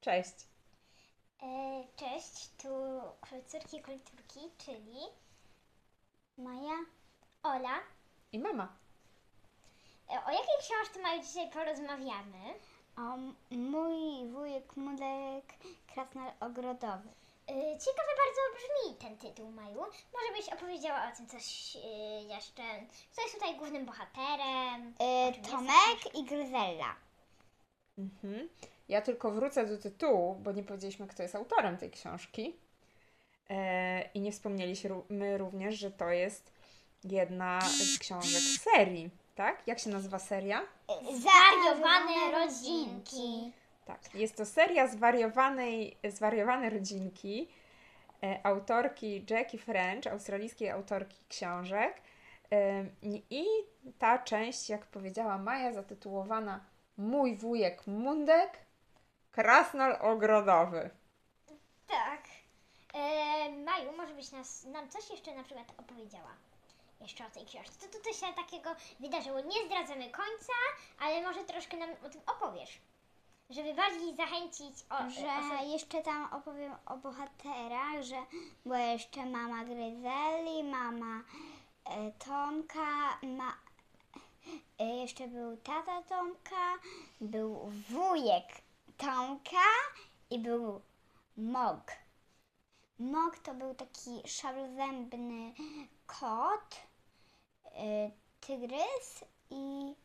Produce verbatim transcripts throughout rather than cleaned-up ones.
Cześć. E, Cześć, tu córki kulturki, czyli Maja, Ola. I mama. E, O jakiej książce Maju dzisiaj porozmawiamy? O, m- mój wujek Mudek, krasnal ogrodowy. E, Ciekawe bardzo brzmi ten tytuł, Maju. Może byś opowiedziała o tym coś e, jeszcze. Kto jest tutaj głównym bohaterem? Y, O czym jest ta Tomek i Gryzella. Mhm. Ja tylko wrócę do tytułu, bo nie powiedzieliśmy, kto jest autorem tej książki. E, I nie wspomnieliśmy również, że to jest jedna z książek serii, tak? Jak się nazywa seria? Y, Zwariowane rodzinki. Tak, jest to seria zwariowanej, zwariowane rodzinki e, autorki Jackie French, australijskiej autorki książek. E, I ta część, jak powiedziała Maja, zatytułowana Mój wujek Mundek, krasnal ogrodowy. Tak. E, Maju, może byś nas, nam coś jeszcze na przykład opowiedziała? Jeszcze o tej książce. Co tutaj się takiego wydarzyło? Nie zdradzamy końca, ale może troszkę nam o tym opowiesz. Żeby bardziej zachęcić o, Że oso- jeszcze tam opowiem o bohaterach, że była jeszcze mama Gryzeli, mama e, Tomka, ma, e, jeszcze był tata Tomka, był wujek Tomka i był Mog. Mog to był taki szablozębny kot, e, tygrys i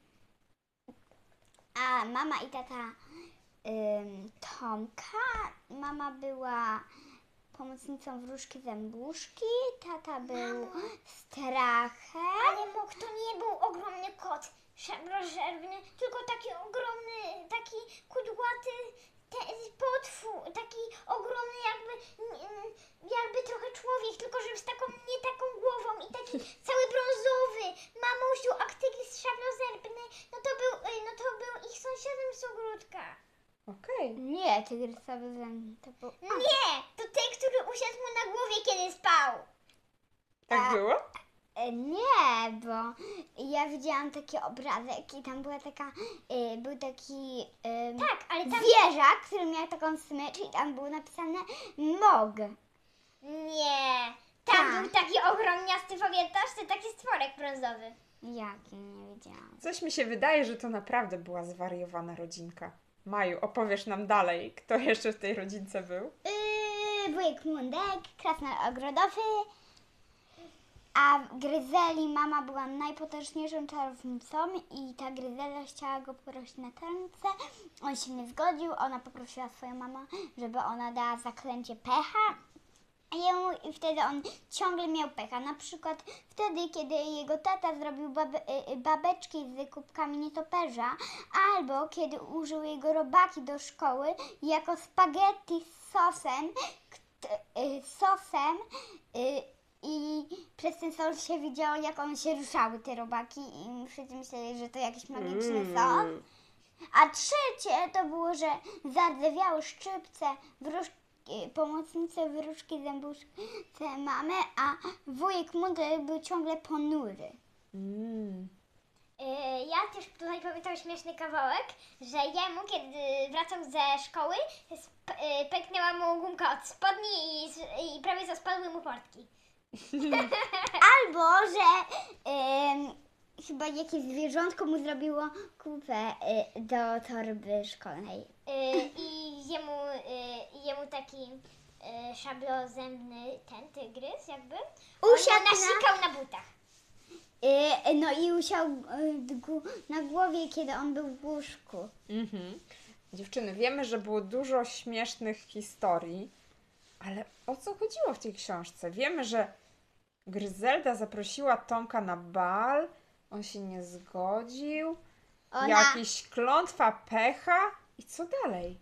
a mama i tata ym, Tomka. Mama była pomocnicą wróżki zębuszki, tata był strachem. Ale mógł to nie był ogromny kot szablożerbny, tylko taki ogromny, taki kudłaty te, potwór, taki ogromny jakby, mm, jakby trochę człowiek, tylko że z taką, nie taką głową i taki cały brązowy. Mamusiu, a tygrys szablożerbny, no to był, y, no to był ich sąsiadem z ogródka. Okej. Nie, tygrys szablozębny to był... Nie, to ten, który usiadł mu na głowie, kiedy spał. Tak A- było? E, Nie, bo ja widziałam taki obrazek i tam była taka, y, był taki ym, Tak, ale tam... zwierzak, który miał taką smycz i tam było napisane Mog. Nie, tam Tak. był taki ogromniasty, pamiętasz? Ten taki stworek brązowy. Jaki nie wiedziałam. Coś mi się wydaje, że to naprawdę była zwariowana rodzinka. Maju, opowiesz nam dalej, kto jeszcze w tej rodzince był? Yy, wujek Mundek, krasnal ogrodowy, a w Gryzeli mama była najpotężniejszą czarownicą i ta Gryzela chciała go poprosić na tańce. On się nie zgodził, ona poprosiła swoją mamę, żeby ona dała zaklęcie pecha. A jemu, i wtedy on ciągle miał pecha. Na przykład wtedy, kiedy jego tata zrobił babe, y, y, babeczki z kubkami nietoperza, albo kiedy użył jego robaki do szkoły jako spaghetti z sosem, kt- y, sosem y, i przez ten sos się widziało, jak one się ruszały, te robaki, i wszyscy myśleli, że to jakiś magiczny sos. Mm. A trzecie to było, że zardzewiały szczypce wróżki, pomocnice wróżki zębuszce mamy, a wujek Mundek był ciągle ponury. Mm. Yy, ja też tutaj pamiętam śmieszny kawałek, że jemu, kiedy wracał ze szkoły, sp- yy, pęknęła mu gumka od spodni i, z- i prawie co spadły mu portki. Albo, że em, chyba jakieś zwierzątko mu zrobiło kupę y, do torby szkolnej. Yy, I jemu, yy, jemu taki yy, szablozębny ten tygrys jakby, Usiadł on na- nasikał na butach. Y, no i usiał y, dgu- na głowie, kiedy on był w łóżku. Mhm. Dziewczyny, wiemy, że było dużo śmiesznych historii, ale o co chodziło w tej książce? Wiemy, że Gryzelda zaprosiła Tomka na bal, on się nie zgodził, Ona jakiś klątwa pecha i co dalej?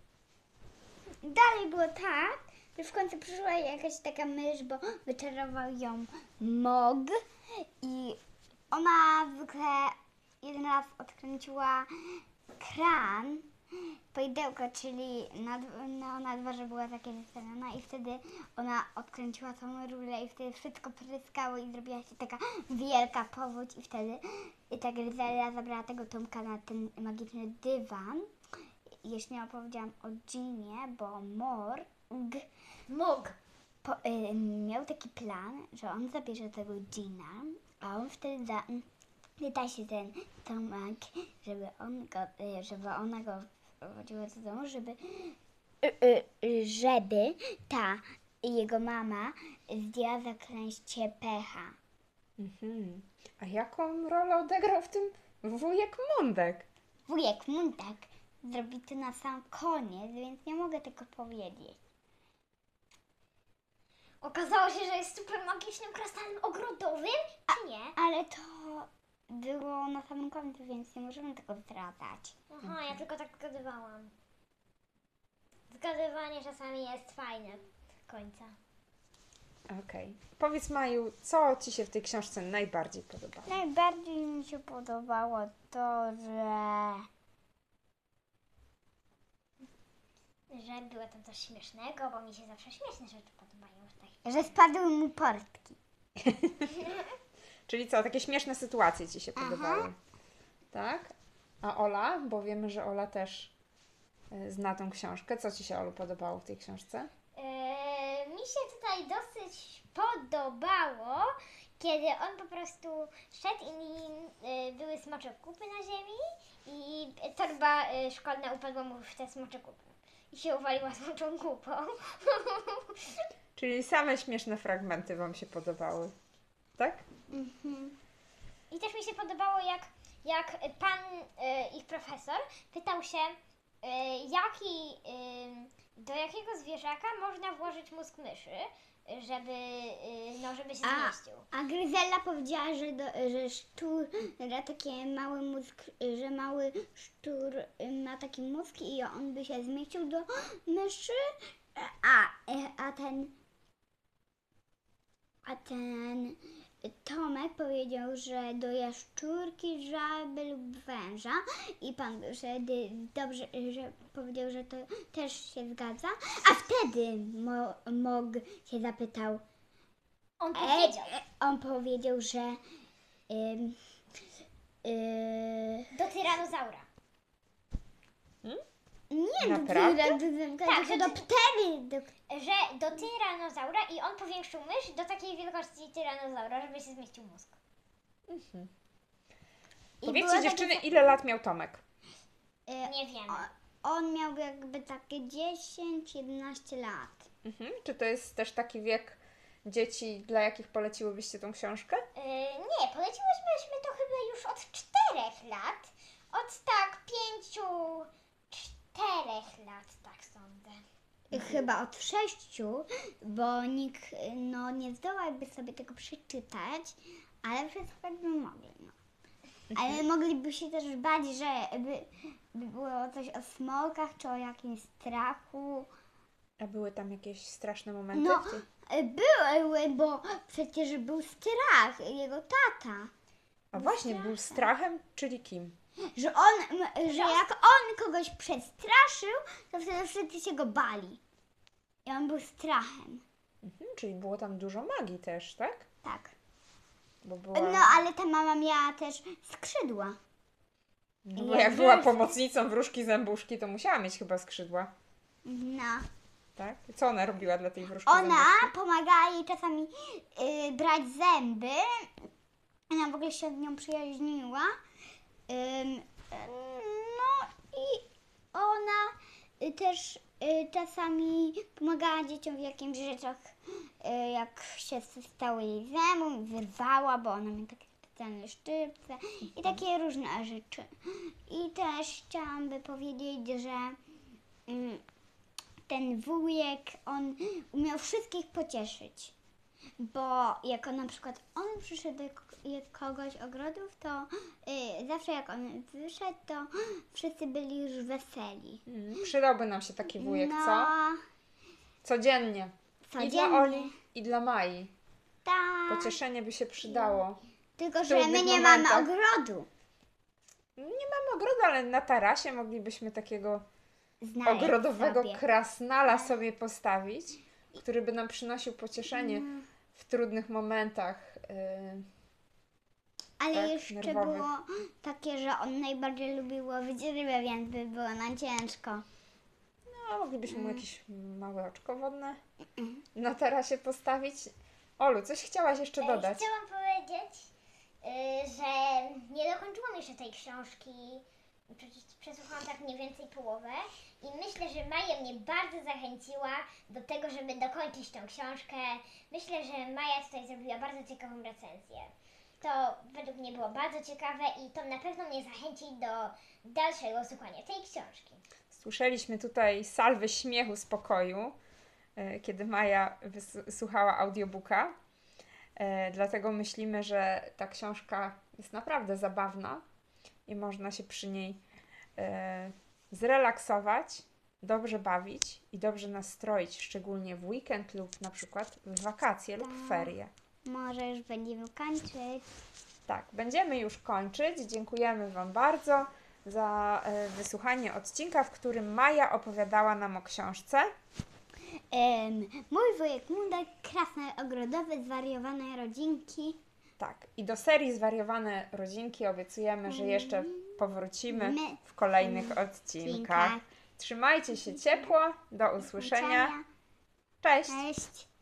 dalej było tak, że w końcu przyszła jakaś taka mysz, bo wyczarował ją Mog i ona zwykle jeden raz odkręciła kran, poidełko, czyli na, no, na dworze była takie wystawiona i wtedy ona odkręciła tą rurę i wtedy wszystko pryskało i zrobiła się taka wielka powódź i wtedy i ta Gryzela zabrała tego Tomka na ten magiczny dywan jeszcze nie opowiedziałam o dżinie, bo Morg Mog. po, y, miał taki plan, że on zabierze tego dżina, a on wtedy da, pyta się ten Tomek, żeby, on go, y, żeby ona go wprowadziła do domu, żeby, y, y, y, żeby ta jego mama zdjęła zaklęcie pecha. Mhm. A jaką rolę odegrał w tym wujek Mundek? Wujek Mundek zrobi to na sam koniec, więc nie mogę tego powiedzieć. Okazało się, że jest super magicznym krasnalem ogrodowym, czy nie? Ale to było na samym końcu, więc nie możemy tego zdradzać. Aha, ja tylko tak zgadywałam. Zgadywanie czasami jest fajne z końca. Okej. Powiedz Maju, co Ci się w tej książce najbardziej podobało? Najbardziej mi się podobało to, że Że było tam coś śmiesznego, bo mi się zawsze śmieszne rzeczy podobają. Tak. że spadły mu portki. Czyli co, takie śmieszne sytuacje Ci się podobały? Tak? A Ola? Bo wiemy, że Ola też y, zna tą książkę. Co Ci się, Olu, podobało w tej książce? Eee, mi się tutaj dosyć podobało, kiedy on po prostu szedł i e, były smocze kupy na ziemi i torba e, szkolna upadła mu w te smocze kupy. I się uwaliła smoczą kupą. Czyli same śmieszne fragmenty Wam się podobały, tak? I też mi się podobało, jak, jak pan e, ich profesor pytał się, e, jaki, e, do jakiego zwierzaka można włożyć mózg myszy, żeby, e, no, żeby się A, zmieścił. a Gryzella powiedziała, że, do, że szczur ma taki mały mózg, że mały szczur ma taki mózg i on by się zmieścił do myszy, a, a ten a ten Tomek powiedział, że do jaszczurki, żaby lub węża i pan wtedy dobrze, że powiedział, że to też się zgadza, a wtedy Mo, Mog się zapytał, On e, powiedział. e, on powiedział, że ym, yy, Do tyranozaura. nie do Naprawdę? tyra- do, Tak, tylko że do ty- ptery, do, Że do tyranozaura i on powiększył mysz do takiej wielkości tyranozaura, żeby się zmieścił mózg. i Powiedzcie było dziewczyny, takie- ile lat miał Tomek? y, Nie wiem. on miał jakby takie dziesięć jedenaście lat. Mhm. Czy to jest też taki wiek dzieci, dla jakich poleciłybyście tą książkę? Yy, nie, poleciłyśmy to chyba już od czterech lat. Od tak pięciu, czterech lat, tak sądzę. Chyba od sześciu, bo nikt no, nie zdołałby sobie tego przeczytać, ale wszyscy tak by mogli. No. Ale mogliby się też bać, że by, by było coś o smokach czy o jakimś strachu. A były tam jakieś straszne momenty? No, w tej... były, bo przecież był strach, jego tata. A właśnie, był strachem, czyli kim? Że on, m- że jak on kogoś przestraszył, to wtedy wszyscy się go bali. I on był strachem. Mhm. Czyli było tam dużo magii też, tak? Tak. Bo była... No, ale ta mama miała też skrzydła. No bo jak jak była wróżka. pomocnicą wróżki zębuszki, to musiała mieć chyba skrzydła, No. tak? Co ona robiła dla tej wróżki Ona zębuszki? pomagała jej czasami y, brać zęby. Ona w ogóle się z nią przyjaźniła. Ym, no i ona y, też y, czasami pomagała dzieciom w jakimś rzeczach, y, jak się stało jej zębą, wyrwała, bo ona miała takie specjalne szczypce i takie różne rzeczy. I też chciałam by powiedzieć, że ym, ten wujek, on umiał wszystkich pocieszyć. Bo jak on na przykład on przyszedł do k- jak kogoś ogrodów, to y, zawsze jak on wyszedł, to wszyscy byli już weseli. Mm, przydałby nam się taki wujek, no, co? Codziennie. I codziennie. dla Oli, i dla Mai. Tak. Pocieszenie by się przydało. Tylko, w że my trudnych nie mamy momentach. ogrodu. Nie mamy ogrodu, ale na tarasie moglibyśmy takiego Znaleźć ogrodowego sobie. krasnala sobie postawić, który by nam przynosił pocieszenie Mm. w trudnych momentach. Yy, Ale tak, jeszcze nerwowych. było takie, że on najbardziej lubił łowić rybę, więc by było na ciężko. No, moglibyśmy mu jakieś małe oczko wodne na tarasie postawić. Olu, coś chciałaś jeszcze E, dodać? Chciałam powiedzieć, y, że nie dokończyłam jeszcze tej książki. Przecież przesłuchałam tak mniej więcej połowę i myślę, że Maja mnie bardzo zachęciła do tego, żeby dokończyć tą książkę. Myślę, że Maja tutaj zrobiła bardzo ciekawą recenzję. To według mnie było bardzo ciekawe i to na pewno mnie zachęci do dalszego słuchania tej książki. Słyszeliśmy tutaj salwy śmiechu z pokoju, e, kiedy Maja wys- słuchała audiobooka. E, Dlatego myślimy, że ta książka jest naprawdę zabawna i można się przy niej e, zrelaksować, dobrze bawić i dobrze nastroić, szczególnie w weekend lub na przykład w wakacje lub w ferie. Może już będziemy kończyć. Tak, będziemy już kończyć. Dziękujemy Wam bardzo za e, wysłuchanie odcinka, w którym Maja opowiadała nam o książce. Em, mój wujek Mundek, krasne ogrodowe, zwariowane rodzinki. Tak, i do serii Zwariowane rodzinki obiecujemy, że jeszcze powrócimy My- w kolejnych odcinkach. odcinkach. Trzymajcie się ciepło, do usłyszenia. Cześć! Cześć.